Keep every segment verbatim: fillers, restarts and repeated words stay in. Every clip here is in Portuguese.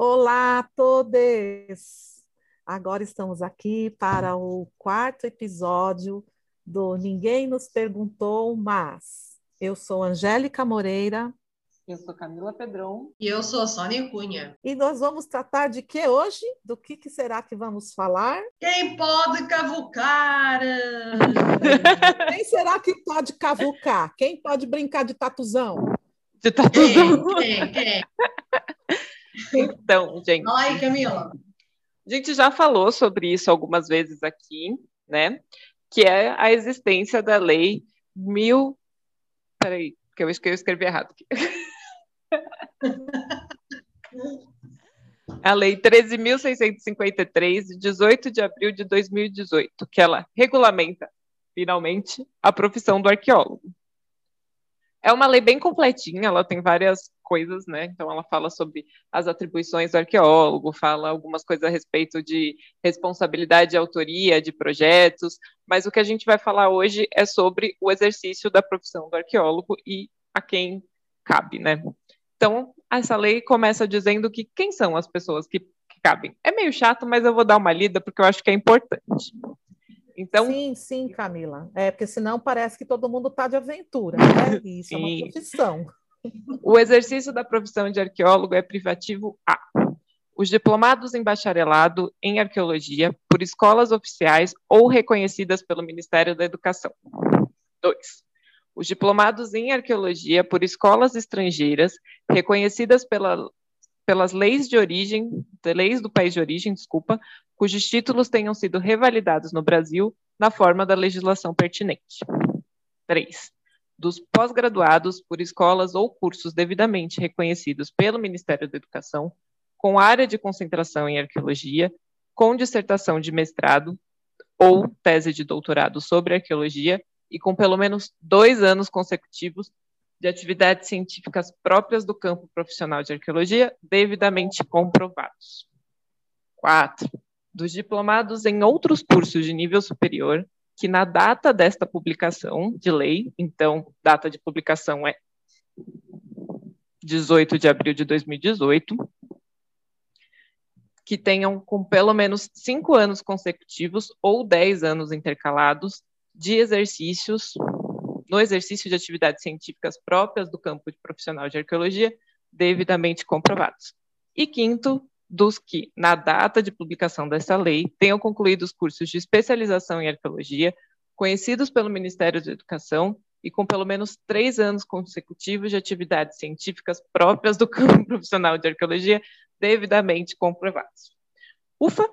Olá a todos! Agora estamos aqui para o quarto episódio do Ninguém Nos Perguntou, mas eu sou Angélica Moreira Eu sou Camila Pedron. E eu sou a Sônia Cunha. e nós vamos tratar de que hoje? Do que, que será que vamos falar? Quem pode cavucar? Quem será que pode cavucar? Quem pode brincar de tatuzão? De tatuzão. Quem? Quem? Quem? Então, gente, Fala aí, Camila. a gente já falou sobre isso algumas vezes aqui, né? Que é a existência da lei mil... Peraí, que eu acho que eu escrevi errado aqui. A Lei treze mil seiscentos e cinquenta e três, de dezoito de abril de dois mil e dezoito, que ela regulamenta, finalmente, a profissão do arqueólogo. É uma lei bem completinha, ela tem várias coisas, né? Então, ela fala sobre as atribuições do arqueólogo, fala algumas coisas a respeito de responsabilidade e autoria de projetos, mas o que a gente vai falar hoje é sobre o exercício da profissão do arqueólogo e a quem cabe, né? Então, essa lei começa dizendo que quem são as pessoas que, que cabem. É meio chato, mas eu vou dar uma lida porque eu acho que é importante. Então, Sim, sim, Camila. É, porque senão parece que todo mundo está de aventura, né? E isso é uma Sim. profissão. o exercício da profissão de arqueólogo é privativo a os diplomados em bacharelado em arqueologia por escolas oficiais ou reconhecidas pelo Ministério da Educação. Dois, os diplomados em arqueologia por escolas estrangeiras reconhecidas pela, pelas leis de origem, de leis do país de origem, desculpa, cujos títulos tenham sido revalidados no Brasil na forma da legislação pertinente. Três, dos pós-graduados por escolas ou cursos devidamente reconhecidos pelo Ministério da Educação, com área de concentração em arqueologia, com dissertação de mestrado ou tese de doutorado sobre arqueologia e com pelo menos dois anos consecutivos de atividades científicas próprias do campo profissional de arqueologia, devidamente comprovados. Quatro, dos diplomados em outros cursos de nível superior, que na data desta publicação de lei, então, data de publicação é dezoito de abril de dois mil e dezoito, que tenham com pelo menos cinco anos consecutivos ou dez anos intercalados de exercícios, no exercício de atividades científicas próprias do campo de profissional de arqueologia, devidamente comprovados. E quinto, dos que, na data de publicação dessa lei, tenham concluído os cursos de especialização em arqueologia, conhecidos pelo Ministério da Educação e com pelo menos três anos consecutivos de atividades científicas próprias do campo profissional de arqueologia, devidamente comprovados. Ufa!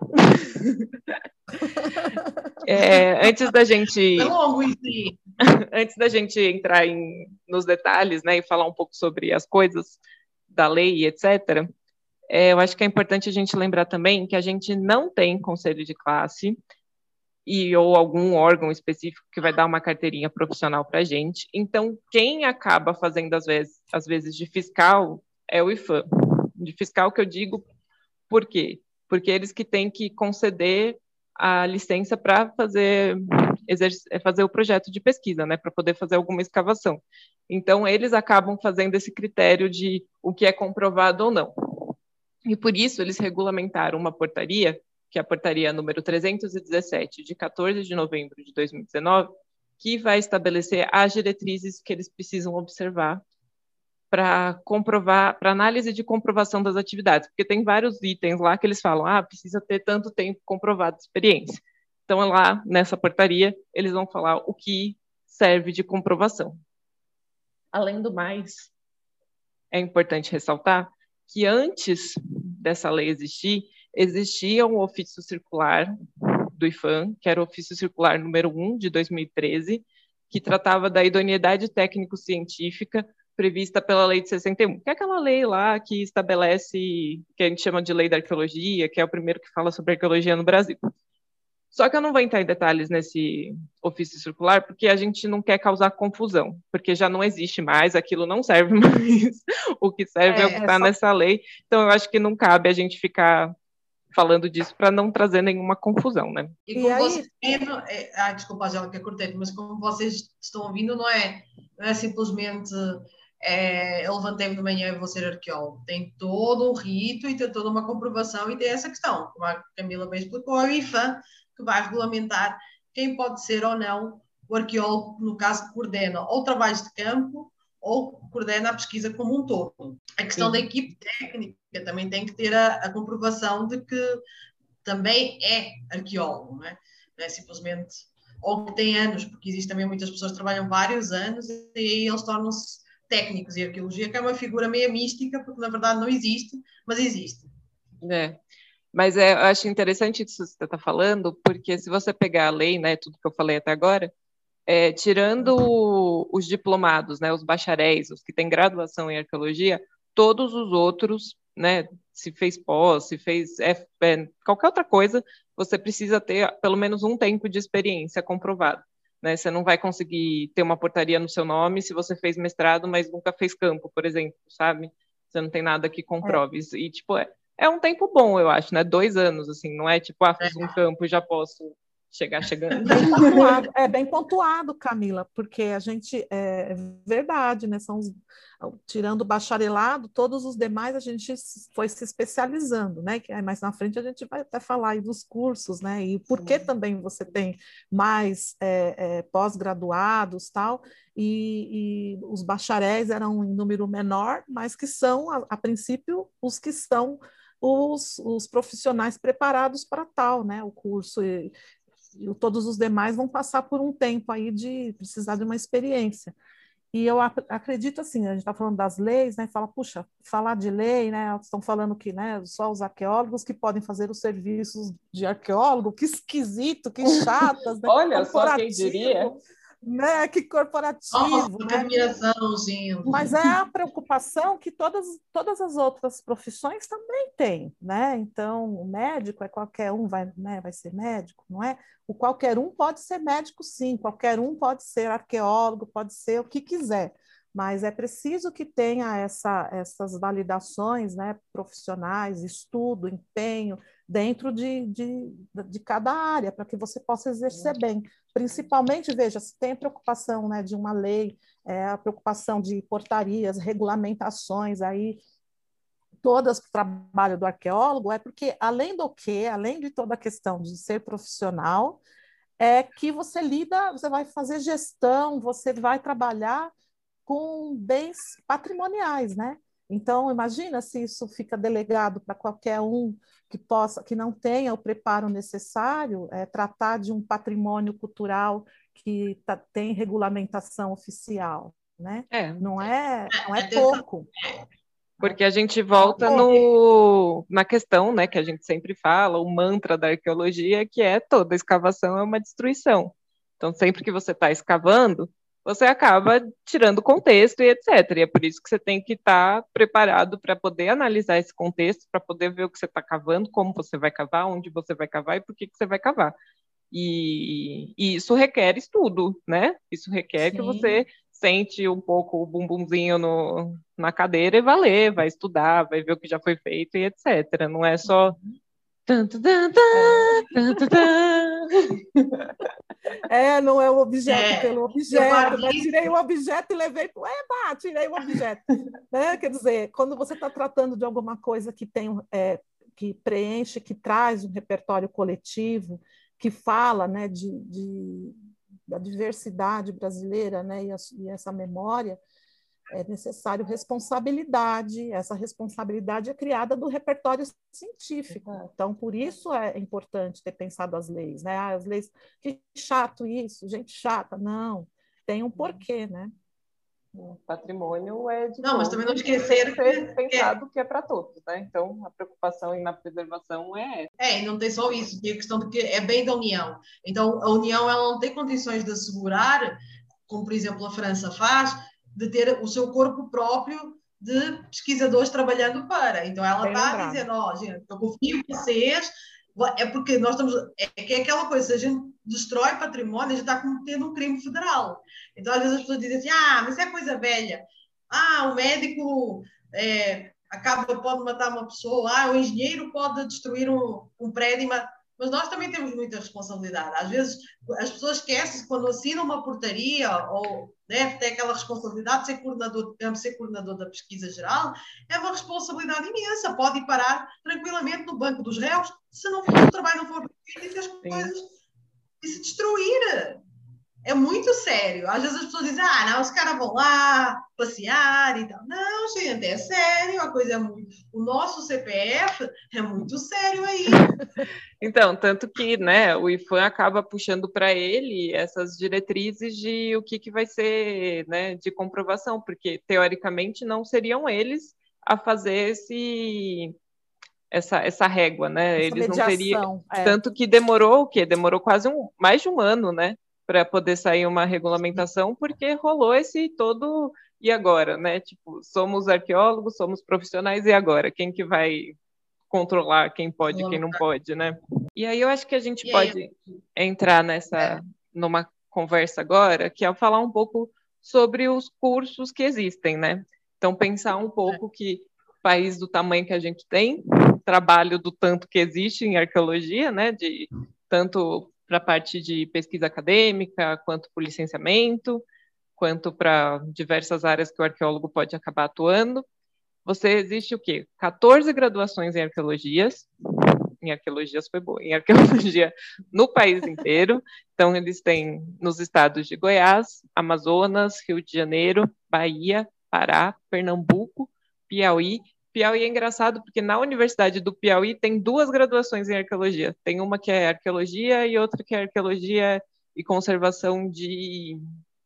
É, antes da gente... É longo isso aí. Antes da gente entrar em, nos detalhes, né, e falar um pouco sobre as coisas da lei, etcétera, é, eu acho que é importante a gente lembrar também que a gente não tem conselho de classe e ou algum órgão específico que vai dar uma carteirinha profissional para a gente. Então, quem acaba fazendo, às vezes, às vezes, de fiscal é o IFAM. De fiscal que eu digo, por quê? Porque eles que têm que conceder a licença para fazer, fazer o projeto de pesquisa, né, para poder fazer alguma escavação. Então, eles acabam fazendo esse critério de o que é comprovado ou não. E por isso, eles regulamentaram uma portaria, que é a portaria número trezentos e dezessete, de quatorze de novembro de dois mil e dezenove, que vai estabelecer as diretrizes que eles precisam observar para comprovar, para análise de comprovação das atividades, porque tem vários itens lá que eles falam, ah, precisa ter tanto tempo comprovado de experiência. Então, lá, nessa portaria, eles vão falar o que serve de comprovação. Além do mais, é importante ressaltar que antes dessa lei existir, existia um ofício circular do IFAM, que era o ofício circular número um de dois mil e treze, que tratava da idoneidade técnico-científica prevista pela Lei de sessenta e um, que é aquela lei lá que estabelece, que a gente chama de Lei da Arqueologia, que é o primeiro que fala sobre arqueologia no Brasil. Só que eu não vou entrar em detalhes nesse ofício circular, porque a gente não quer causar confusão, porque já não existe mais, aquilo não serve mais, o que serve é, é o que está só... nessa lei, então eu acho que não cabe a gente ficar falando disso para não trazer nenhuma confusão, né? E como e vocês viram, é, ah, desculpa, Angélica, cortei, mas como vocês estão ouvindo, não é, não é simplesmente é, eu levantei-me de manhã e vou ser arqueólogo. Tem todo um rito e tem toda uma comprovação e tem essa questão, como a Camila bem explicou, a IFAM, que vai regulamentar quem pode ser ou não o arqueólogo, no caso, que coordena ou trabalhos de campo ou coordena a pesquisa como um todo. A questão Sim. da equipe técnica também tem que ter a, a comprovação de que também é arqueólogo, não é? Não é simplesmente, ou que tem anos, porque existe também muitas pessoas que trabalham vários anos e aí eles tornam-se técnicos, e a arqueologia que é uma figura meio mística, porque na verdade não existe, mas existe. É. Mas é, eu acho interessante isso que você está falando, porque se você pegar a lei, né, tudo que eu falei até agora, é, tirando os diplomados, né, os bacharéis, os que têm graduação em arqueologia, todos os outros, né, se fez pós, se fez F, é, qualquer outra coisa, você precisa ter pelo menos um tempo de experiência comprovado. Né? Você não vai conseguir ter uma portaria no seu nome se você fez mestrado, mas nunca fez campo, por exemplo, sabe? Você não tem nada que comprove. É. E, tipo, é, é um tempo bom, eu acho, né? Dois anos, assim, não é tipo, ah, fiz um campo e já posso chegar chegando. Bem pontuado, é bem pontuado, Camila, porque a gente, é, é verdade, né? São os, tirando o bacharelado, todos os demais a gente foi se especializando, né? Que mais na frente a gente vai até falar aí dos cursos, né? E por que também você tem mais é, é, pós-graduados tal, e, e os bacharéis eram em número menor, mas que são, a, a princípio, os que são os, os profissionais preparados para tal, né? O curso. E, e todos os demais vão passar por um tempo aí de precisar de uma experiência. E eu acredito assim, a gente está falando das leis, né? Fala, puxa, falar de lei, né? Estão falando que, né, só os arqueólogos que podem fazer os serviços de arqueólogo, que esquisito, que chatas, né? Olha, só quem diria. Né? Que corporativo. Oh, né? que admiração, gente. Mas é a preocupação que todas, todas as outras profissões também têm, né? Então, o médico é qualquer um, vai, né, vai ser médico, não é? O qualquer um pode ser médico, sim, qualquer um pode ser arqueólogo, pode ser o que quiser, mas é preciso que tenha essa, essas validações, né, profissionais, estudo, empenho, dentro de, de, de cada área, para que você possa exercer bem. Principalmente, veja, se tem a preocupação, né, de uma lei, é, a preocupação de portarias, regulamentações, aí todas o trabalho do arqueólogo é porque, além do que, além de toda a questão de ser profissional, é que você lida, você vai fazer gestão, você vai trabalhar com bens patrimoniais, né? Então, imagina se isso fica delegado para qualquer um que possa, que não tenha o preparo necessário, é, tratar de um patrimônio cultural que tá, tem regulamentação oficial, né? É. Não é, não é pouco. Porque a gente volta no, na questão, né, que a gente sempre fala, o mantra da arqueologia, que é toda escavação é uma destruição. Então, sempre que você está escavando, você acaba tirando contexto e etcétera. E é por isso que você tem que estar tá preparado para poder analisar esse contexto, para poder ver o que você está cavando, como você vai cavar, onde você vai cavar e por que, que você vai cavar. E, e isso requer estudo, né? Isso requer Sim. que você sente um pouco o bumbumzinho no, na cadeira e vai ler, vai estudar, vai ver o que já foi feito e etcétera. Não é só... É, não é o objeto é, pelo objeto, né? Tirei o objeto e levei para o Eba, tirei o objeto. Né? Quer dizer, quando você está tratando de alguma coisa que tem, é, que preenche, que traz um repertório coletivo, que fala, né, de, de, da diversidade brasileira, né, e, a, e essa memória, é necessário responsabilidade. Essa responsabilidade é criada do repertório científico. Então, por isso é importante ter pensado as leis, né? Ah, as leis, que chato isso, gente chata. Não, tem um porquê, né? O patrimônio é de Não, mas também não esquecer que ser pensado que é, que é para todos, né? Então, a preocupação na preservação é... É, e não tem só isso, tem a questão de que é bem da União. Então, a União ela não tem condições de assegurar, como, por exemplo, a França faz, de ter o seu corpo próprio de pesquisadores trabalhando para. Então, ela Bem está lembrado. a dizer, ó, oh, gente, eu confio em vocês, é porque nós estamos... É que é aquela coisa, se a gente destrói património, a gente está cometendo um crime federal. Então, às vezes as pessoas dizem assim, ah, mas isso é coisa velha. Ah, o médico é, acaba, pode matar uma pessoa. Ah, o engenheiro pode destruir um, um prédio. Mas mas nós também temos muita responsabilidade. Às vezes as pessoas esquecem-se quando assinam uma portaria ou deve ter aquela responsabilidade de ser coordenador, de ser coordenador da pesquisa geral, é uma responsabilidade imensa. Pode ir parar tranquilamente no banco dos réus se, não, se o trabalho não for feito e se as coisas e se destruir. É muito sério. Às vezes as pessoas dizem, ah, não, os caras vão lá passear e tal. Não, gente, é sério. A coisa é muito... O nosso C P F é muito sério aí. Então, tanto que, né, o IPHAN acaba puxando para ele essas diretrizes de o que, que vai ser, né, de comprovação, porque, teoricamente, não seriam eles a fazer esse... Essa, essa régua, né? Essa eles mediação, não teriam... É. Tanto que demorou o quê? Demorou quase um, mais de um ano, né? Para poder sair uma regulamentação, porque rolou esse todo e agora, né? Tipo, somos arqueólogos, somos profissionais e agora? Quem que vai controlar quem pode e quem não pode, né? E aí eu acho que a gente E pode aí? entrar nessa, é. numa conversa agora, que é falar um pouco sobre os cursos que existem, né? Então, pensar um pouco é. que país do tamanho que a gente tem, trabalho do tanto que existe em arqueologia, né? De tanto para a parte de pesquisa acadêmica, quanto para o licenciamento, quanto para diversas áreas que o arqueólogo pode acabar atuando. Você existe o quê? quatorze graduações em arqueologias, em arqueologias foi boa, em arqueologia no país inteiro. Então, eles têm nos estados de Goiás, Amazonas, Rio de Janeiro, Bahia, Pará, Pernambuco, Piauí. Piauí é engraçado porque na Universidade do Piauí tem duas graduações em arqueologia. Tem uma que é arqueologia e outra que é arqueologia e conservação de...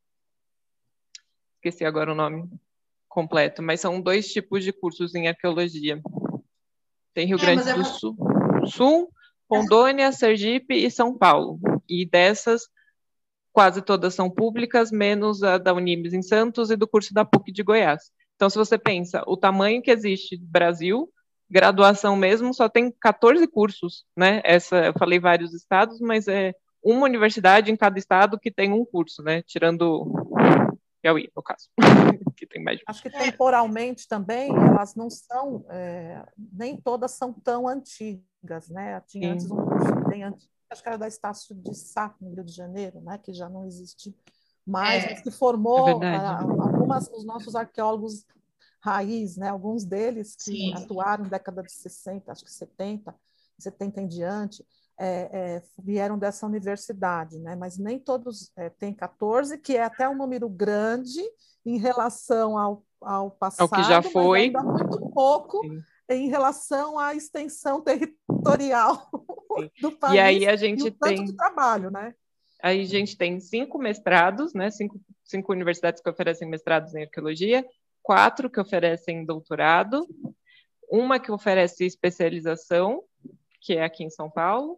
Esqueci agora o nome completo, mas são dois tipos de cursos em arqueologia. Tem Rio é, Grande do é... Sul, Sul, Rondônia, Sergipe e São Paulo. E dessas, quase todas são públicas, menos a da Unimes em Santos e do curso da PUC de Goiás. Então, se você pensa, o tamanho que existe no Brasil, graduação mesmo, só tem quatorze cursos, né? Essa, eu falei vários estados, mas é uma universidade em cada estado que tem um curso, né? Tirando Piauí, no caso. Que tem mais... Acho que temporalmente também, elas não são, é, nem todas são tão antigas, né? Tinha Sim. antes um curso bem antigo, acho que era da Estácio de Sá, no Rio de Janeiro, né? Que já não existe mais, é, mas que formou é a, algumas, os nossos arqueólogos raiz, né? Alguns deles que Sim. atuaram na década de sessenta, acho que setenta, setenta em diante, É, é, vieram dessa universidade, né? Mas nem todos é, têm quatorze, que é até um número grande em relação ao, ao passado, ao que já foi, mas ainda muito pouco Sim. em relação à extensão territorial Sim. do país e, aí a gente e o tanto tem... de trabalho, né? Aí a gente tem cinco mestrados, né? Cinco, cinco universidades que oferecem mestrados em arqueologia, quatro que oferecem doutorado, uma que oferece especialização, que é aqui em São Paulo.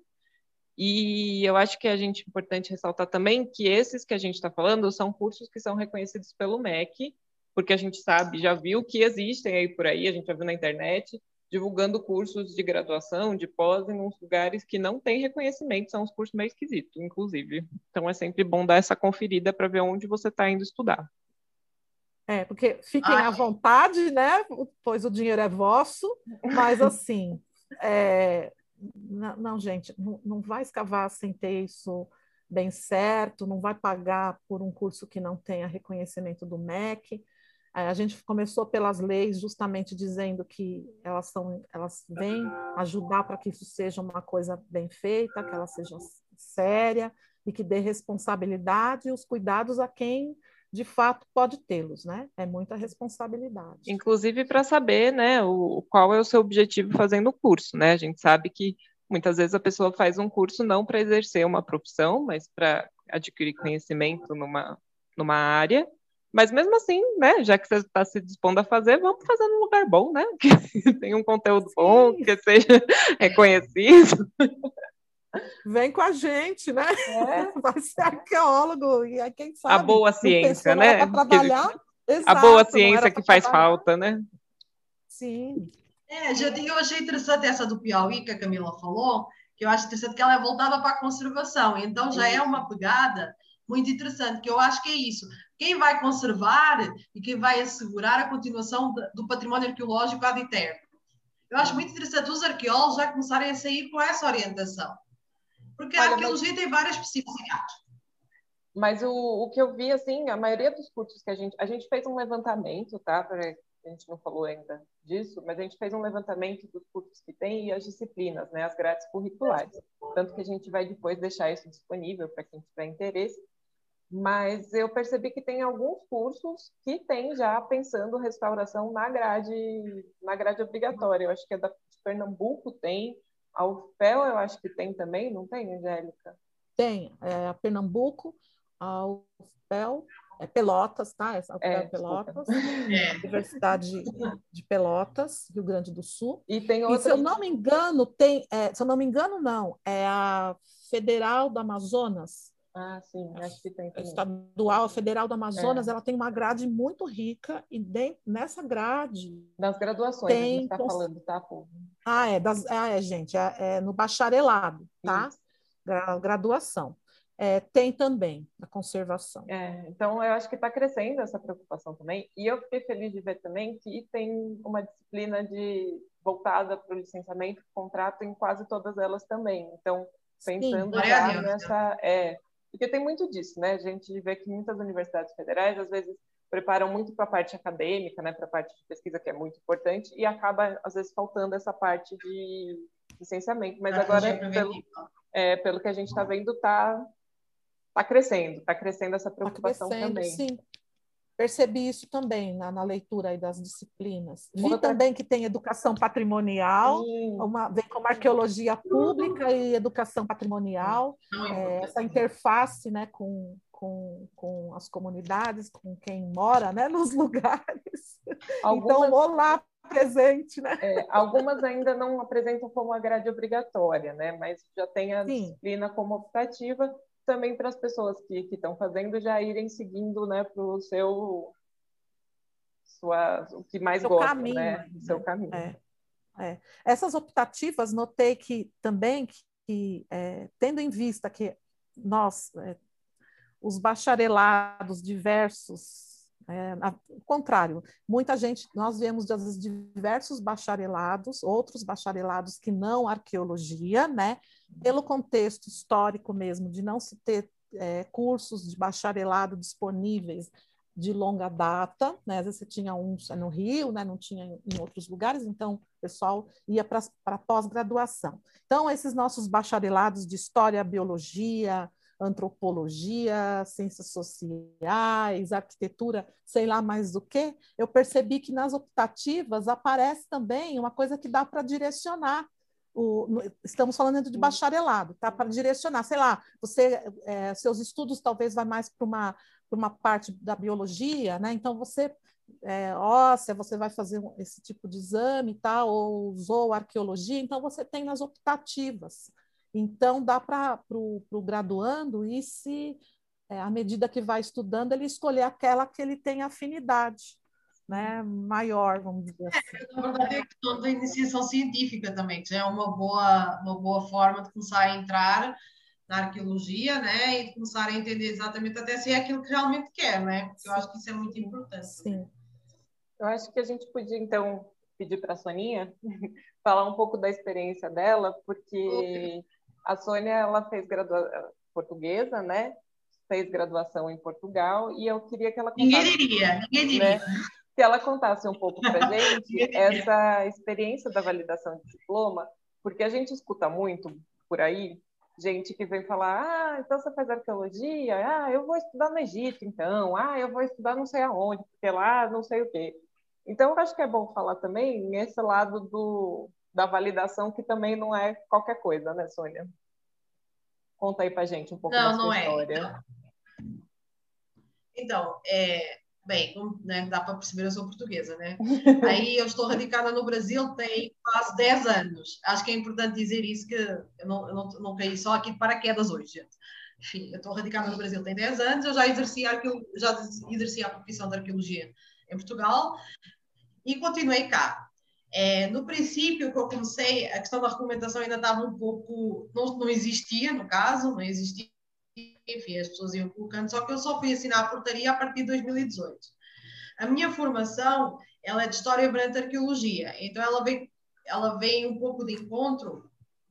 E eu acho que a gente é importante ressaltar também que esses que a gente está falando são cursos que são reconhecidos pelo M E C, porque a gente sabe, já viu que existem aí por aí, a gente já viu na internet, divulgando cursos de graduação, de pós, em uns lugares que não têm reconhecimento, são uns cursos meio esquisitos, inclusive. Então é sempre bom dar essa conferida para ver onde você está indo estudar. É, porque fiquem ah. à vontade, né? Pois o dinheiro é vosso, mas assim... É... Não, não, gente, não, não vai escavar sem ter isso bem certo, não vai pagar por um curso que não tenha reconhecimento do M E C. A gente começou pelas leis justamente dizendo que elas, são, elas vêm ajudar para que isso seja uma coisa bem feita, que ela seja séria e que dê responsabilidade e os cuidados a quem de fato pode tê-los, né? É muita responsabilidade. Inclusive para saber, né, o, qual é o seu objetivo fazendo o curso, né? A gente sabe que muitas vezes a pessoa faz um curso não para exercer uma profissão, mas para adquirir conhecimento numa, numa área. Mas mesmo assim, né, já que você está se dispondo a fazer, vamos fazer num lugar bom, né? Que tenha um conteúdo Sim. bom, que seja reconhecido. Vem com a gente, né? É. Vai ser arqueólogo e aí quem sabe. A boa ciência, né? Para trabalhar. Exato, a boa ciência que faz trabalhar. falta, né? Sim. É, eu achei interessante essa do Piauí que a Camila falou, que eu acho interessante que ela é voltada para a conservação, então já é uma pegada muito interessante, que eu acho que é isso. Quem vai conservar e quem vai assegurar a continuação do património arqueológico ad eterno. Eu acho muito interessante os arqueólogos já começarem a sair com essa orientação. Porque a Olha, arqueologia mas, tem várias especificidades. mas o, o que eu vi, assim, a maioria dos cursos que a gente... A gente fez um levantamento, tá? Pra, a gente não falou ainda disso, mas a gente fez um levantamento dos cursos que tem e as disciplinas, né? As grades curriculares. Tanto que a gente vai depois deixar isso disponível para quem tiver interesse. Mas eu percebi que tem alguns cursos que tem já pensando restauração na grade, na grade obrigatória. Eu acho que é da de Pernambuco tem, a U F P E L eu acho que tem também, não tem, Angélica? Tem é, a Pernambuco, a U F P E L, é Pelotas, tá? Essa a U F P E L É, é desculpa. Pelotas, É. Universidade de Pelotas, Rio Grande do Sul. E tem E se outra. eu não me engano, tem, é, se eu não me engano, não, é a Federal do Amazonas, Ah, sim, acho que tem a também. estadual, a Federal do Amazonas, É. ela tem uma grade muito rica e dentro, nessa grade Das graduações a gente tem... está falando, tá, povo? Ah, é, das, ah, é gente, é, é no bacharelado, tá? Isso. Gra- Graduação. É, tem também a conservação. É, então, eu acho que está crescendo essa preocupação também. E eu fiquei feliz de ver também que tem uma disciplina de voltada para o licenciamento, contrato em quase todas elas também. Então, Sim, pensando Glória a já Deus. nessa... É, porque tem muito disso, né? A gente vê que muitas universidades federais, às vezes, preparam muito para a parte acadêmica, né? Para a parte de pesquisa, que é muito importante, e acaba, às vezes, faltando essa parte de licenciamento. Mas Arqueologia agora, pelo, preventiva. é, pelo que a gente está vendo, está tá crescendo, está crescendo essa está preocupação crescendo, também. sim. Percebi isso também na, na leitura aí das disciplinas. Vi Outra... também que tem educação patrimonial, Sim. uma, vem como arqueologia pública e educação patrimonial, Não é é, importante. essa interface, né, com, com, com as comunidades, com quem mora, né, nos lugares. Algumas, Então, olá, presente, né? é, algumas ainda não apresentam como a grade obrigatória, né? Mas já tem a Sim. disciplina como optativa, também para as pessoas que estão fazendo já irem seguindo, né, para o seu sua, o que mais Seu gosta, caminho, né? né? O seu caminho. É, é. Essas optativas, notei que também que, que é, tendo em vista que nós, é, os bacharelados diversos, é, ao contrário, muita gente, nós vemos às vezes diversos bacharelados, outros bacharelados que não arqueologia, né? Pelo contexto histórico mesmo, de não se ter é, cursos de bacharelado disponíveis de longa data, né? Às vezes você tinha uns no Rio, né? Não tinha em outros lugares, então o pessoal ia para pós-graduação. Então, esses nossos bacharelados de História, Biologia, Antropologia, Ciências Sociais, Arquitetura, sei lá mais do que, eu percebi que nas optativas aparece também uma coisa que dá para direcionar. O, no, estamos falando de bacharelado, tá? Para direcionar, sei lá, você, é, seus estudos talvez vai mais para uma por uma parte da biologia, né? Então você é, óssea, você vai fazer esse tipo de exame e tal, ou usou arqueologia, então você tem nas optativas. Então dá para o graduando e se é, à medida que vai estudando, ele escolher aquela que ele tem afinidade, né? Maior, vamos dizer assim. Na verdade, é a questão da iniciação científica também, que já é uma boa, uma boa forma de começar a entrar na arqueologia, né? E de começar a entender exatamente até se é aquilo que realmente quer, né? Porque eu acho que isso é muito importante. Sim. Eu acho que a gente podia, então, pedir para a Soninha falar um pouco da experiência dela, porque a Sônia, ela fez graduação portuguesa, né? Fez graduação em Portugal, e eu queria que ela contasse... Ninguém diria, ninguém diria. Né? Que ela contasse um pouco para a gente essa experiência da validação de diploma, porque a gente escuta muito por aí gente que vem falar: ah, então você faz arqueologia? Ah, eu vou estudar no Egito, então. Ah, eu vou estudar não sei aonde, porque lá não sei o quê. Então, eu acho que é bom falar também esse lado do, da validação, que também não é qualquer coisa, né, Sônia? Conta aí para a gente um pouco da Não, sua não é. história. Então, é, bem, como, né, dá para perceber, eu sou portuguesa, né? Aí eu estou radicada no Brasil tem quase dez anos. Acho que é importante dizer isso, que eu não, eu não, não caí só aqui de paraquedas hoje, gente. Enfim, eu estou radicada no Brasil tem dez anos, eu já exerci, já exerci a profissão de arqueologia em Portugal e continuei cá. É, no princípio que eu comecei, a questão da regulamentação ainda estava um pouco, não, não existia no caso, não existia, enfim, as pessoas iam colocando, só que eu só fui assinar a portaria a partir de dois mil e dezoito. A minha formação, ela é de História durante Arqueologia, então ela vem, ela vem um pouco de encontro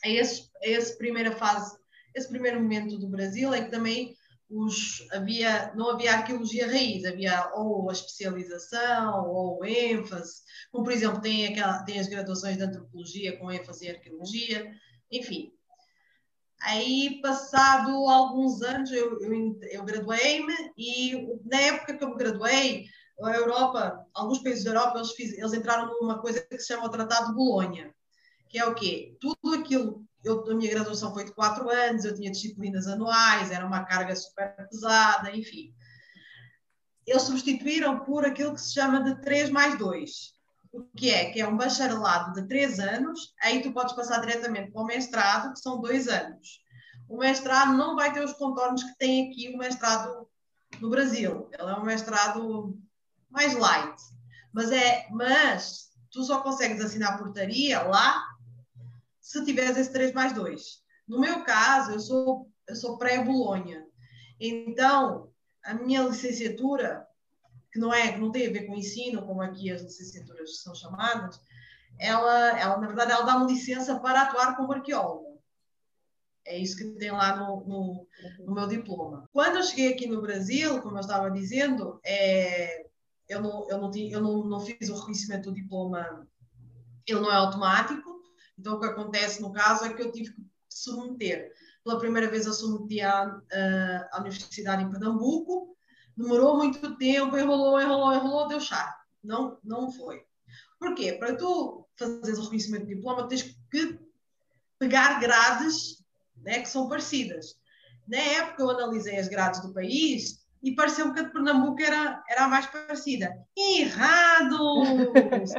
a, esse, a essa primeira fase, esse primeiro momento do Brasil, é que também os, havia, não havia arqueologia raiz, havia ou a especialização ou o ênfase, como por exemplo tem, aquela, tem as graduações de antropologia com ênfase em arqueologia, enfim. Aí, passado alguns anos, eu, eu, eu graduei-me e na época que eu me graduei, a Europa, alguns países da Europa, eles, fiz, eles entraram numa coisa que se chama o Tratado de Bolonha, que é o quê? Tudo aquilo, eu, a minha graduação foi de quatro anos, eu tinha disciplinas anuais, era uma carga super pesada, enfim. Eles substituíram por aquilo que se chama de três mais dois. O que é? Que é um bacharelado de três anos, aí tu podes passar diretamente para o mestrado, que são dois anos. O mestrado não vai ter os contornos que tem aqui o mestrado no Brasil. Ele é um mestrado mais light. Mas, é, mas tu só consegues assinar portaria lá se tiveres esse três mais dois. No meu caso, eu sou, eu sou pré-Bolonha. Então, a minha licenciatura, que não, é, que não tem a ver com ensino, como aqui as licenciaturas são chamadas, ela, ela na verdade, ela dá-me licença para atuar como arqueóloga. É isso que tem lá no, no, no meu diploma. Quando eu cheguei aqui no Brasil, como eu estava dizendo, é, eu, não, eu, não, tinha, eu não, não fiz o reconhecimento do diploma, ele não é automático, então o que acontece no caso é que eu tive que submeter. Pela primeira vez eu submeti à, à Universidade em Pernambuco, demorou muito tempo, enrolou, enrolou, enrolou, deu chato. Não, não foi. Porquê? Para tu fazeres o reconhecimento de diploma, tens que pegar grades, né, que são parecidas. Na época eu analisei as grades do país e pareceu que a de Pernambuco era, era a mais parecida. Errado!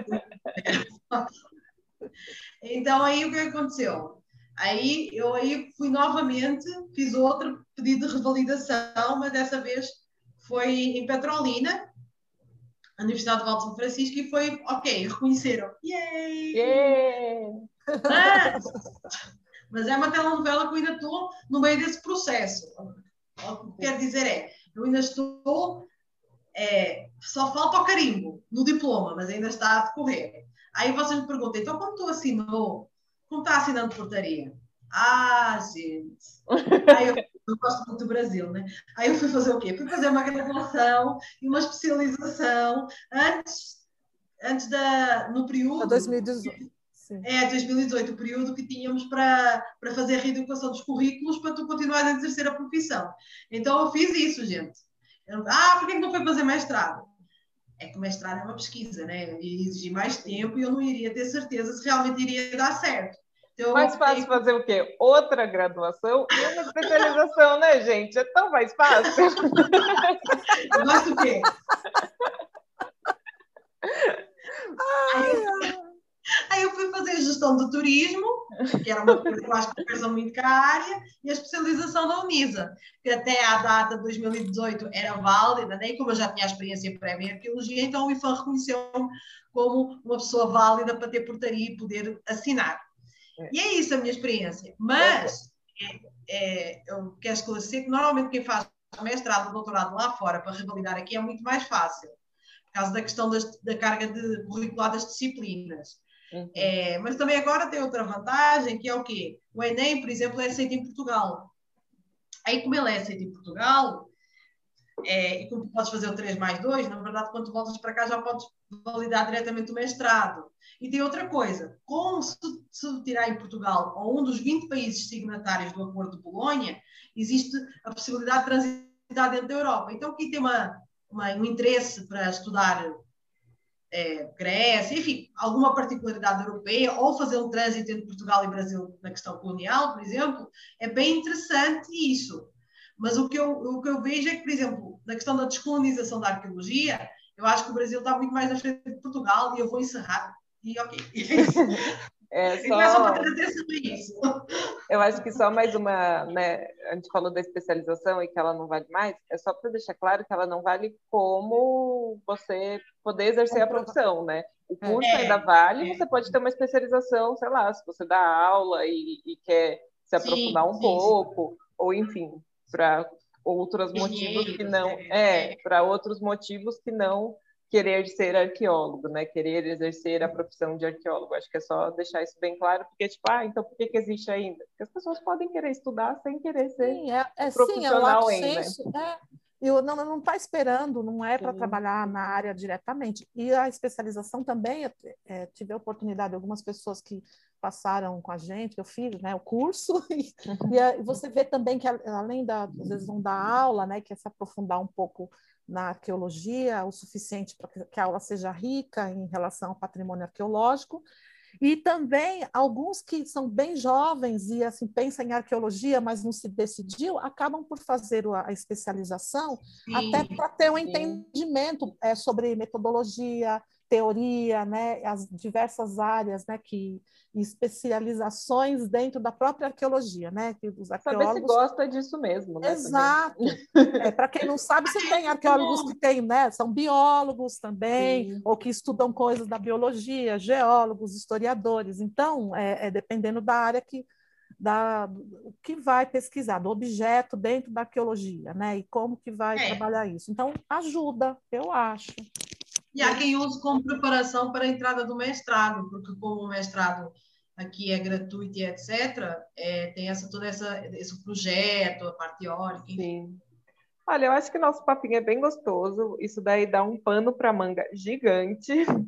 Então aí o que aconteceu? Aí eu aí fui novamente, fiz outro pedido de revalidação, mas dessa vez foi em Petrolina, a Universidade de Valde São Francisco, e foi, ok, reconheceram. Yay! Yeah! Mas, mas é uma telenovela que eu ainda estou no meio desse processo. O que quer dizer é, eu ainda estou, é, só falta o carimbo no diploma, mas ainda está a decorrer. Aí vocês me perguntam, então como tu assinou, como está assinando portaria? Ah, gente. Aí eu, eu gosto muito do Brasil, né? Aí eu fui fazer o quê? Fui fazer uma graduação e uma especialização antes, antes da, no período... dois mil e dezoito. Sim. É, dois mil e dezoito, o período que tínhamos para, para fazer a reeducação dos currículos para tu continuar a exercer a profissão. Então eu fiz isso, gente. Eu, ah, por que não foi fazer mestrado? É que o mestrado é uma pesquisa, né? E exigir mais tempo e eu não iria ter certeza se realmente iria dar certo. Então, mais fácil fazer o quê? Outra graduação e uma especialização, né, gente? É tão mais fácil. Gosto do quê? Aí, aí eu fui fazer gestão do turismo, que era uma coisa que eu acho que é muito cara, e a especialização da Unisa, que até à data de dois mil e dezoito era válida, né? E como eu já tinha a experiência prévia em arqueologia, então o I F A M reconheceu-me como uma pessoa válida para ter portaria e poder assinar. É. E é isso a minha experiência. Mas é, é, eu quero esclarecer que normalmente quem faz mestrado ou doutorado lá fora para revalidar aqui é muito mais fácil, por causa da questão das, da carga de, curricular das disciplinas. Uhum. É, mas também agora tem outra vantagem, que é o quê? O Enem, por exemplo, é aceito em Portugal. Aí, como ele é aceito em Portugal, é, e como tu podes fazer o três mais dois, na verdade, quando tu voltas para cá, já podes validar diretamente o mestrado. E tem outra coisa, como se, se tirar em Portugal ou um dos vinte países signatários do Acordo de Bolonha, existe a possibilidade de transitar dentro da Europa. Então, quem tem uma, uma, um interesse para estudar É, Grécia, enfim, alguma particularidade europeia, ou fazer um trânsito entre Portugal e Brasil na questão colonial, por exemplo, é bem interessante isso. Mas o que eu, o que eu vejo é que, por exemplo, na questão da descolonização da arqueologia, eu acho que o Brasil está muito mais à frente de Portugal, e eu vou encerrar. E ok. É só... isso. Eu acho que só mais uma, né? A gente falou da especialização e que ela não vale mais, é só para deixar claro que ela não vale como você poder exercer a profissão, né? O curso é, ainda vale, é. Você pode ter uma especialização, sei lá, se você dá aula e, e quer se aprofundar sim, um sim, pouco, sim. Ou enfim, para outros motivos que não, é, é para outros motivos que não querer ser arqueólogo, né? Querer exercer a profissão de arqueólogo. Acho que é só deixar isso bem claro, porque, tipo, ah, então por que que existe ainda? Porque as pessoas podem querer estudar sem querer ser Sim, é, é, sim, é um profissional lato em, né? sensu, é, eu não não está esperando, não é para Sim. trabalhar na área diretamente. E a especialização também, é, tive a oportunidade, algumas pessoas que passaram com a gente, eu fiz, né, o curso, e, e, a, e você vê também que, além da, às vezes, vão dar aula, né, que é se aprofundar um pouco na arqueologia, o suficiente para que a aula seja rica em relação ao patrimônio arqueológico, e também alguns que são bem jovens e assim pensam em arqueologia, mas não se decidiu, acabam por fazer a especialização até para ter um entendimento é, sobre metodologia, teoria, né, as diversas áreas, né, que especializações dentro da própria arqueologia, né, que os arqueólogos saber se gosta disso mesmo, né? Exato. É, para quem não sabe, você tem arqueólogos que têm, né, são biólogos também, Sim. ou que estudam coisas da biologia, geólogos, historiadores. Então, é, é dependendo da área que, da, o que vai pesquisar, do objeto dentro da arqueologia, né, e como que vai É. trabalhar isso. Então, ajuda, eu acho. E há quem use como preparação para a entrada do mestrado, porque como o mestrado aqui é gratuito e etcétera, é, tem essa, todo essa, esse projeto, a parte teórica, enfim. Sim. Olha, eu acho que nosso papinho é bem gostoso. Isso daí dá um pano para manga gigante.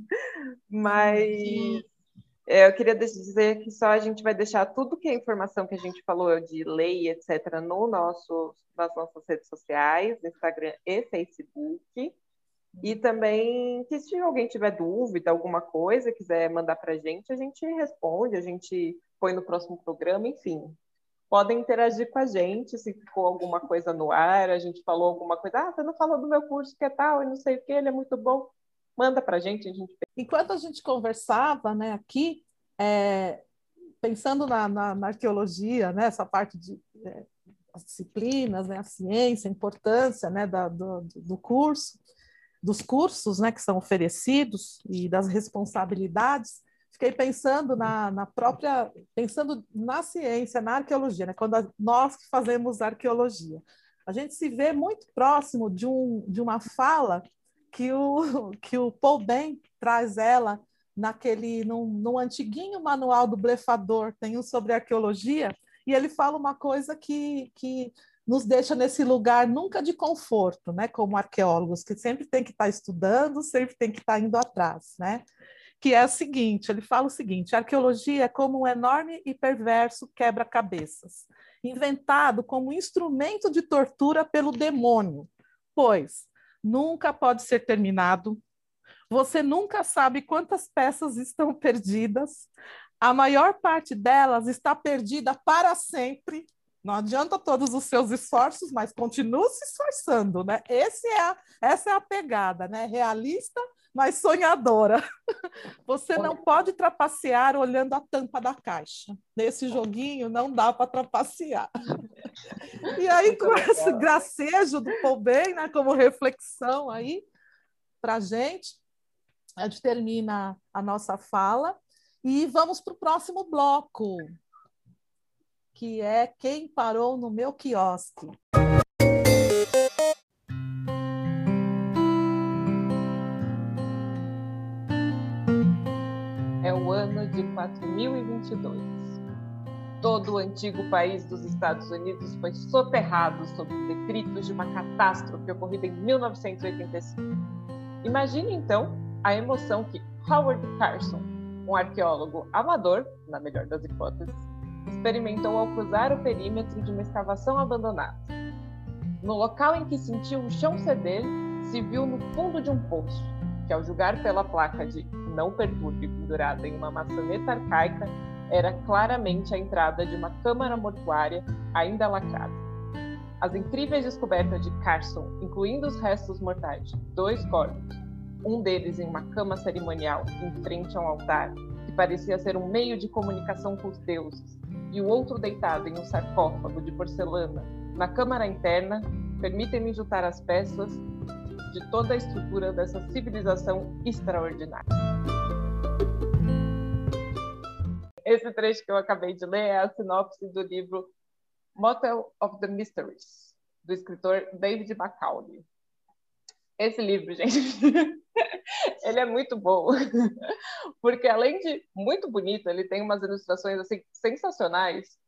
Mas Sim. é, eu queria dizer que só a gente vai deixar tudo que é informação que a gente falou de lei, etcétera, no nosso, nas nossas redes sociais, Instagram e Facebook. E também que se alguém tiver dúvida, alguma coisa, quiser mandar para a gente, a gente responde, a gente põe no próximo programa, enfim. Podem interagir com a gente, se ficou alguma coisa no ar, a gente falou alguma coisa, ah, você não falou do meu curso que é tal, e não sei o que, ele é muito bom. Manda para a gente, a gente... Enquanto a gente conversava, né, aqui, é, pensando na, na, na arqueologia, né, essa parte de é, as disciplinas, né, a ciência, a importância, né, da, do, do curso, dos cursos, né, que são oferecidos e das responsabilidades, fiquei pensando na, na própria, pensando na ciência, na arqueologia, né, quando a, nós que fazemos arqueologia, a gente se vê muito próximo de, um, de uma fala que o, que o Paul Ben traz ela naquele, num, num antiguinho manual do Blefador, tem um sobre arqueologia, e ele fala uma coisa que, que nos deixa nesse lugar nunca de conforto, né, como arqueólogos, que sempre tem que estar estudando, sempre tem que estar indo atrás, né? Que é o seguinte, ele fala o seguinte, a arqueologia é como um enorme e perverso quebra-cabeças, inventado como instrumento de tortura pelo demônio, pois nunca pode ser terminado, você nunca sabe quantas peças estão perdidas, a maior parte delas está perdida para sempre. Não adianta todos os seus esforços, mas continua se esforçando, né? Esse é a, essa é a pegada, né? Realista, mas sonhadora. Você não pode trapacear olhando a tampa da caixa. Nesse joguinho não dá para trapacear. E aí, com esse gracejo do Paul Ben, né, como reflexão aí para a gente, a gente termina a nossa fala e vamos para o próximo bloco, que é Quem Parou no Meu Quiosque. É o ano de quatro mil e vinte e dois. Todo o antigo país dos Estados Unidos foi soterrado sob os detritos de uma catástrofe ocorrida em mil novecentos e oitenta e cinco. Imagine, então, a emoção que Howard Carson, um arqueólogo amador, na melhor das hipóteses, experimentou ao cruzar o perímetro de uma escavação abandonada. No local em que sentiu o chão ceder, se viu no fundo de um poço, que ao julgar pela placa de "não perturbe" pendurada em uma maçaneta arcaica, era claramente a entrada de uma câmara mortuária ainda lacrada. As incríveis descobertas de Carson, incluindo os restos mortais de dois corpos, um deles em uma cama cerimonial em frente a um altar, que parecia ser um meio de comunicação com os deuses, e o outro deitado em um sarcófago de porcelana na câmara interna, permitem-me juntar as peças de toda a estrutura dessa civilização extraordinária. Esse trecho que eu acabei de ler é a sinopse do livro Motel of the Mysteries, do escritor David Macaulay. Esse livro, gente, Ele é muito bom, porque além de muito bonito, ele tem umas ilustrações assim, sensacionais.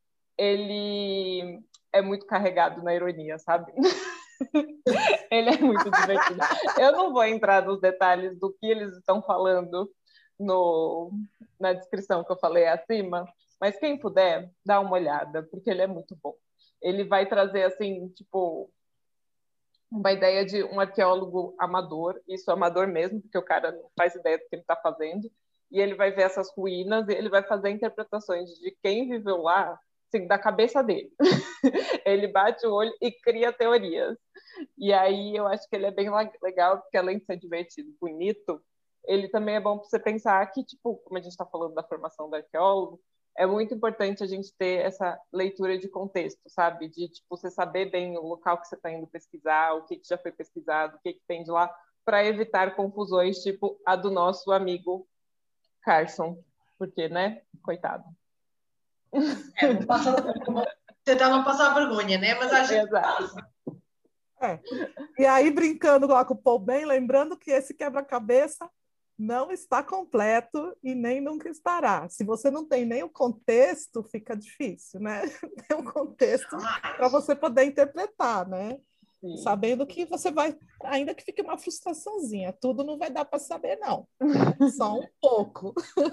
Ele é muito carregado na ironia, sabe? Ele é muito divertido. Eu não vou entrar nos detalhes do que eles estão falando no, na descrição que eu falei acima, mas quem puder, dá uma olhada, porque ele é muito bom. Ele vai trazer, assim, tipo, uma ideia de um arqueólogo amador, isso amador mesmo, porque o cara não faz ideia do que ele está fazendo, e ele vai ver essas ruínas e ele vai fazer interpretações de quem viveu lá, assim, da cabeça dele. Ele bate o olho e cria teorias. E aí eu acho que ele é bem legal, porque além de ser divertido, bonito, ele também é bom para você pensar que, tipo, como a gente está falando da formação do arqueólogo, é muito importante a gente ter essa leitura de contexto, sabe? De, tipo, você saber bem o local que você está indo pesquisar, o que, que já foi pesquisado, o que, que tem de lá, para evitar confusões, tipo a do nosso amigo Carson. Porque, né? Coitado. É, não passa, tentar não passar vergonha, né? Mas a gente Exato. É. E aí, brincando lá com o Paul Ben, lembrando que esse quebra-cabeça não está completo e nem nunca estará. Se você não tem nem o contexto, fica difícil, né? Tem um contexto para você poder interpretar, né? Sim. Sabendo que você vai, ainda que fique uma frustraçãozinha, tudo não vai dar para saber, não. Só um pouco.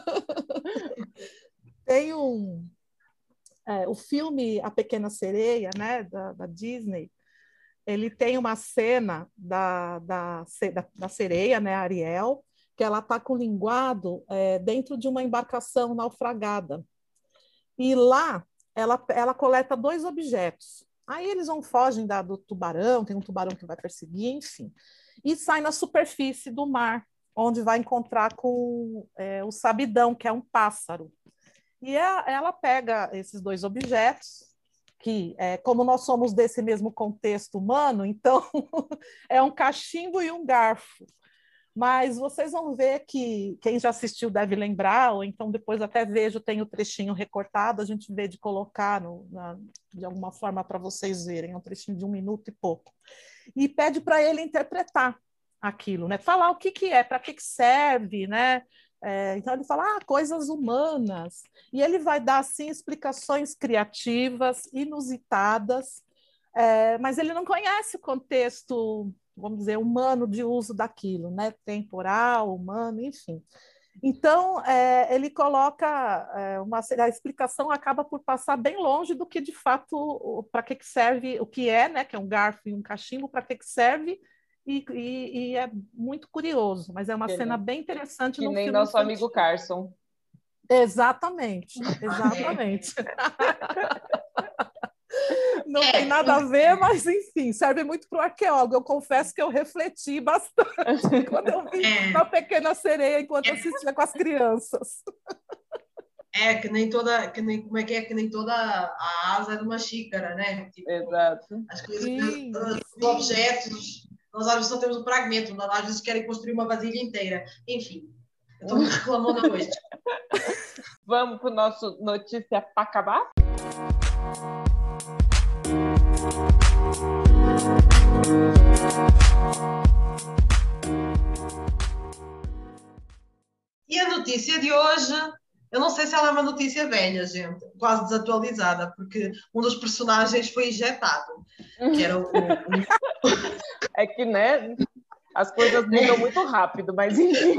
Tem um... É, o filme A Pequena Sereia, né, da, da Disney, ele tem uma cena da, da, da, da sereia, né, Ariel, que ela está com o linguado é, dentro de uma embarcação naufragada. E lá ela, ela coleta dois objetos. Aí eles vão, fogem da, do tubarão, tem um tubarão que vai perseguir, enfim. E sai na superfície do mar, onde vai encontrar com é, o sabidão, que é um pássaro. E a, ela pega esses dois objetos, que, é, como nós somos desse mesmo contexto humano, então é um cachimbo e um garfo. Mas vocês vão ver que quem já assistiu deve lembrar, ou então depois até vejo, tem o trechinho recortado, a gente vê de colocar no, na, de alguma forma para vocês verem, é um trechinho de um minuto e pouco. E pede para ele interpretar aquilo, né? Falar o que, que é, para que, que serve, né? É, então ele fala, ah, coisas humanas. E ele vai dar, assim, explicações criativas, inusitadas, é, mas ele não conhece o contexto, vamos dizer, humano de uso daquilo, né? Temporal, humano, enfim. Então, é, ele coloca é, uma a explicação acaba por passar bem longe do que de fato para que, que serve, o que é, né? Que é um garfo e um cachimbo, para que, que serve, e, e, e é muito curioso, mas é uma que cena nem, bem interessante no filme. Que nem nosso infantil. Amigo Carson. Exatamente, exatamente. Não é, tem nada a ver, mas enfim, serve muito para o arqueólogo. Eu confesso que eu refleti bastante quando eu vi é. na Pequena Sereia enquanto é. assistia com as crianças. É, que nem toda, que nem, como é que é, que nem toda a asa é de uma xícara, né? Tipo, exato. As coisas, sim, os sim. objetos, nós às vezes só temos um fragmento, nós às vezes querem construir uma vasilha inteira. Enfim, eu estou me reclamando hoje. Vamos para o nosso notícia para acabar? E a notícia de hoje, eu não sei se ela é uma notícia velha, gente, quase desatualizada, porque um dos personagens foi injetado, que era o... o... É que, né, as coisas mudam muito rápido, mas enfim...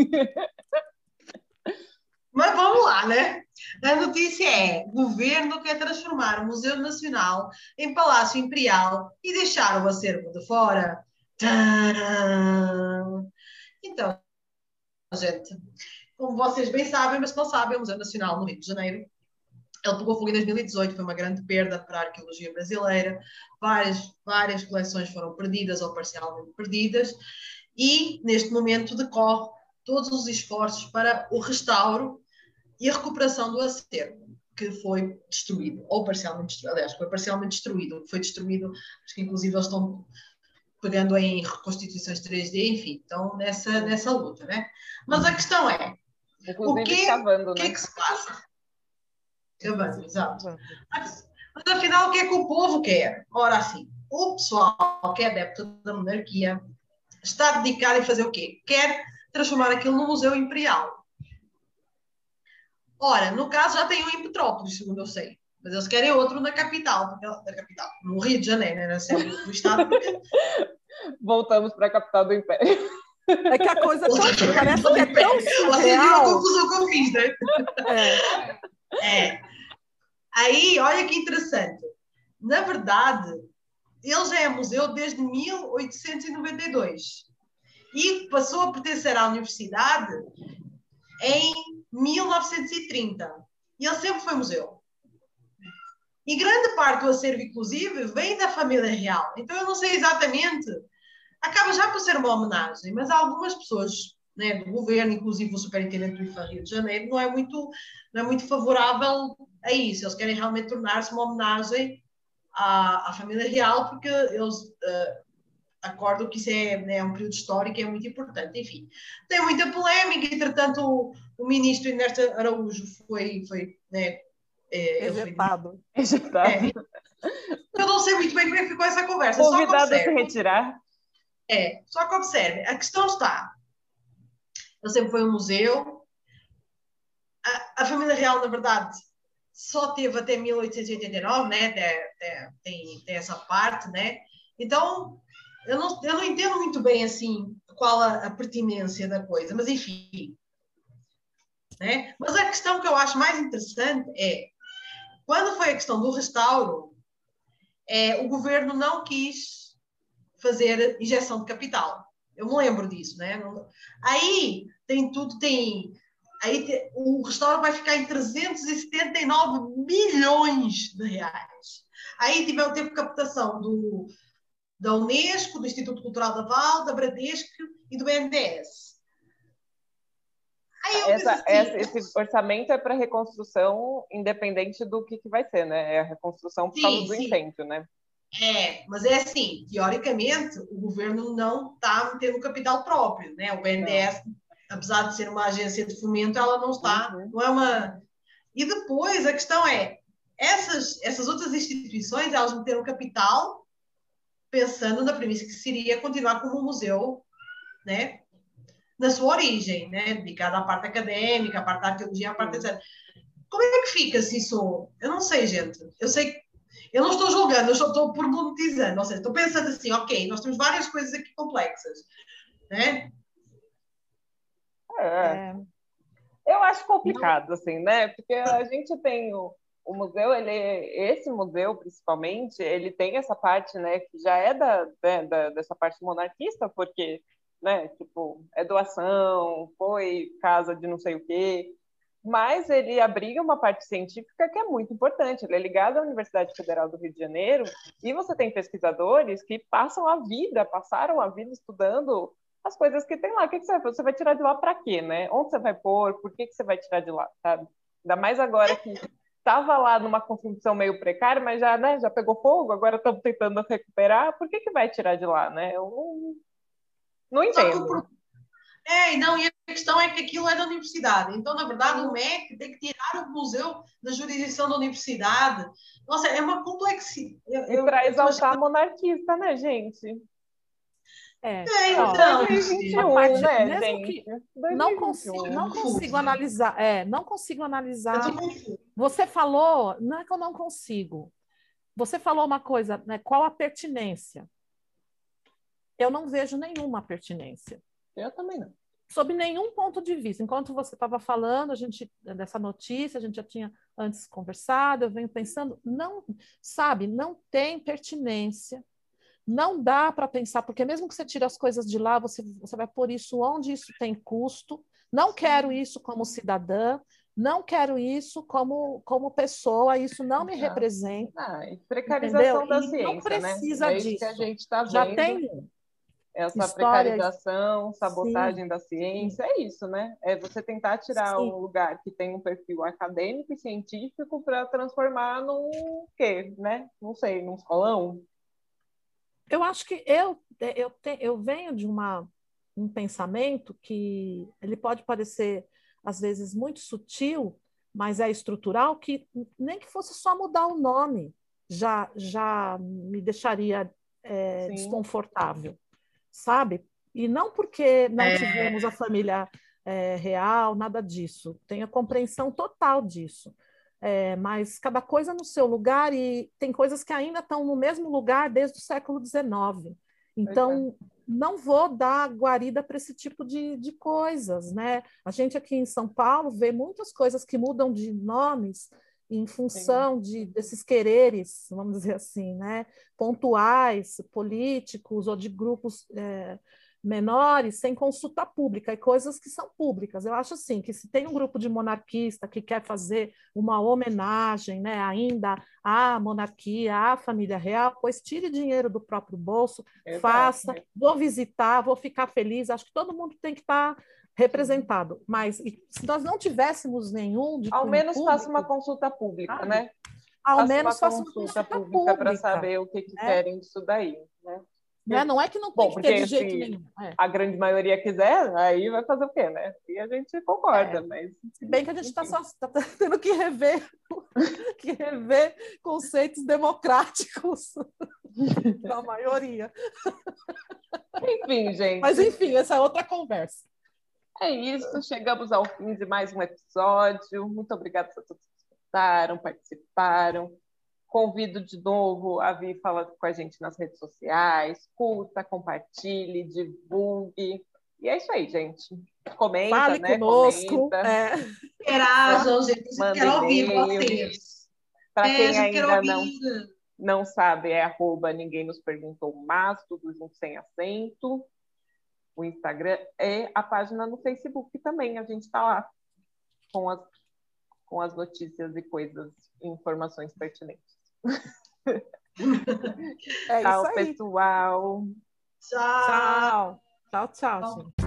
Mas vamos lá, né? A notícia é: governo quer transformar o Museu Nacional em Palácio Imperial e deixar o acervo de fora. Tcharam! Então, gente, como vocês bem sabem, mas se não sabem, o Museu Nacional no Rio de Janeiro, ele pegou fogo em dois mil e dezoito, foi uma grande perda para a arqueologia brasileira. Várias, várias coleções foram perdidas ou parcialmente perdidas e, neste momento, decorre todos os esforços para o restauro e a recuperação do acervo que foi destruído, ou parcialmente destruído, aliás, foi parcialmente destruído, foi destruído, acho que inclusive eles estão pegando em reconstituições três D, enfim, estão nessa, nessa luta, né? Mas a questão é, inclusive, o que, escavando, o que né? é que se passa? Escavando, exato. Mas, mas afinal, o que é que o povo quer? Ora, assim, o pessoal que é adepto da monarquia está dedicado em fazer o quê? Quer transformar aquilo num museu imperial. Ora, no caso já tem um em Petrópolis, segundo eu sei. Mas eles querem outro na capital, porque, na capital, no Rio de Janeiro, né, na sede do Estado. Porque... Voltamos para a capital do Império. É que a coisa tão, parece que é tão surreal. Vocês viram a conclusão que eu fiz, né? É. É. Aí, olha que interessante. Na verdade, ele já é museu desde mil oitocentos e noventa e dois e passou a pertencer à universidade em mil novecentos e trinta. E ele sempre foi museu. E grande parte do acervo, inclusive, vem da família real. Então, eu não sei exatamente... Acaba já por ser uma homenagem, mas algumas pessoas, né, do governo, inclusive o superintendente do I F A Rio de Janeiro, não é muito, não é muito favorável a isso. Eles querem realmente tornar-se uma homenagem à, à família real, porque eles uh, acordam que isso é, né, um período histórico e é muito importante. Enfim, tem muita polémica. Entretanto, o, o ministro Ernesto Araújo foi... foi né, é, Ejetado. Foi, Ejetado. É, eu não sei muito bem como é que ficou essa conversa. Convidado a se retirar. É, só que observe, a questão está, ele sempre foi um museu, a, a família real, na verdade, só teve até mil oitocentos e oitenta e nove, né, tem, tem, tem essa parte, né, então, eu não, eu não entendo muito bem, assim, qual a, a pertinência da coisa, mas enfim, né, mas a questão que eu acho mais interessante é, quando foi a questão do restauro, é, o governo não quis fazer injeção de capital. Eu me lembro disso, né? Aí tem tudo, tem... Aí tem, o restauro vai ficar em trezentos e setenta e nove milhões de reais. Aí tivemos, teve captação do, da Unesco, do Instituto Cultural da Val, da Bradesco e do B N D E S. Aí eu Essa, assim, essa, esse orçamento é para reconstrução independente do que, que vai ser, né? É a reconstrução por sim, causa do sim. incêndio, né? É, mas é assim, teoricamente, o governo não está tendo capital próprio, né? O B N D E S, não. Apesar de ser uma agência de fomento, ela não está, uhum. não é uma... E depois, a questão é, essas, essas outras instituições, elas meteram capital pensando na premissa que seria continuar como um museu, né? Na sua origem, né? Dedicado à parte acadêmica, à parte da arqueologia, à parte... etcétera. Como é que fica se isso... Eu não sei, gente. Eu sei que eu não estou julgando, eu só estou problematizando, ou seja, estou pensando assim, ok, nós temos várias coisas aqui complexas, né? É. Eu acho complicado, não. assim, né? Porque a gente tem o, o museu, ele, esse museu, principalmente, ele tem essa parte, né, que já é da, né, da, dessa parte monarquista, porque, né, tipo, é doação, foi casa de não sei o quê, mas ele abriga uma parte científica que é muito importante. Ele é ligado à Universidade Federal do Rio de Janeiro e você tem pesquisadores que passam a vida, passaram a vida estudando as coisas que tem lá. O que, que você vai Você vai tirar de lá para quê, né? Onde você vai pôr? Por que, que você vai tirar de lá, sabe? Ainda mais agora que estava lá numa construção meio precária, mas já, né, já pegou fogo, agora estamos tentando recuperar. Por que, que vai tirar de lá, né? Eu não, não entendo. É, não, e a questão é que aquilo é da universidade. Então, na verdade, o M E C tem que tirar o museu da jurisdição da universidade. Nossa, é uma complexidade. E para exaltar a monarquista, né, gente? É, é então, dois mil e vinte e um, parte, né, mesmo gente? que não consigo, não consigo analisar, é, não consigo analisar. Você falou, não é que eu não consigo. Você falou uma coisa, né? Qual a pertinência? Eu não vejo nenhuma pertinência. Eu também não. Sob nenhum ponto de vista. Enquanto você estava falando, a gente, dessa notícia, a gente já tinha antes conversado, eu venho pensando, não, sabe, não tem pertinência, não dá para pensar, porque mesmo que você tire as coisas de lá, você, você vai pôr isso onde isso tem custo, não quero isso como cidadã, não quero isso como, como pessoa, isso não me representa. Ah, e precarização entendeu? da e ciência, não precisa né? É disso. isso que a gente está vendo. Já tem essa histórias... precarização, sabotagem Sim. da ciência, é isso, né? É você tentar tirar Sim. um lugar que tem um perfil acadêmico e científico para transformar num quê, né? Não sei, num salão. Eu acho que eu, eu, te, eu venho de uma, um pensamento que ele pode parecer, às vezes, muito sutil, mas é estrutural, que nem que fosse só mudar o nome já, já me deixaria é, desconfortável. Sabe? E não porque não É. tivemos a família é, real, nada disso. Tenho a compreensão total disso. É, mas cada coisa no seu lugar, e tem coisas que ainda estão no mesmo lugar desde o século dezenove. Então, não vou dar guarida para esse tipo de, de coisas, né? A gente aqui em São Paulo vê muitas coisas que mudam de nomes em função de, desses quereres, vamos dizer assim, né? Pontuais, políticos ou de grupos é, menores, sem consulta pública, e coisas que são públicas. Eu acho assim, que se tem um grupo de monarquista que quer fazer uma homenagem, né, ainda à monarquia, à família real, pois tire dinheiro do próprio bolso, Exato. faça, vou visitar, vou ficar feliz, acho que todo mundo tem que estar representado, mas se nós não tivéssemos nenhum de Ao menos público, faça uma consulta pública, sabe? né? Ao Faça menos uma faça uma consulta consulta pública para pública, saber o que, que né? querem disso daí, né? Né? Não é que não tem Bom, que ter de porque jeito se nenhum. É. a grande maioria quiser, aí vai fazer o quê, né? E a gente concorda, É. mas... Se bem que a gente está tá tendo que rever, que rever conceitos democráticos da maioria. Enfim, gente. Mas, enfim, essa é outra conversa. É isso, chegamos ao fim de mais um episódio. Muito obrigada a todos que escutaram, participaram. Convido de novo a vir falar com a gente nas redes sociais. Curta, compartilhe, divulgue. E é isso aí, gente. Comenta, Fale né? conosco. Comenta. É. Interajam, gente. A gente quer ouvir vocês. Para É, quem a gente quer ainda não, ouvir. não sabe, é arroba ninguém nos perguntou, mas tudo junto sem acento. O Instagram é a página no Facebook também. A gente está lá com as, com as notícias e coisas, informações pertinentes. É Tchau, isso aí. pessoal. Tchau. Tchau. Tchau, tchau, gente.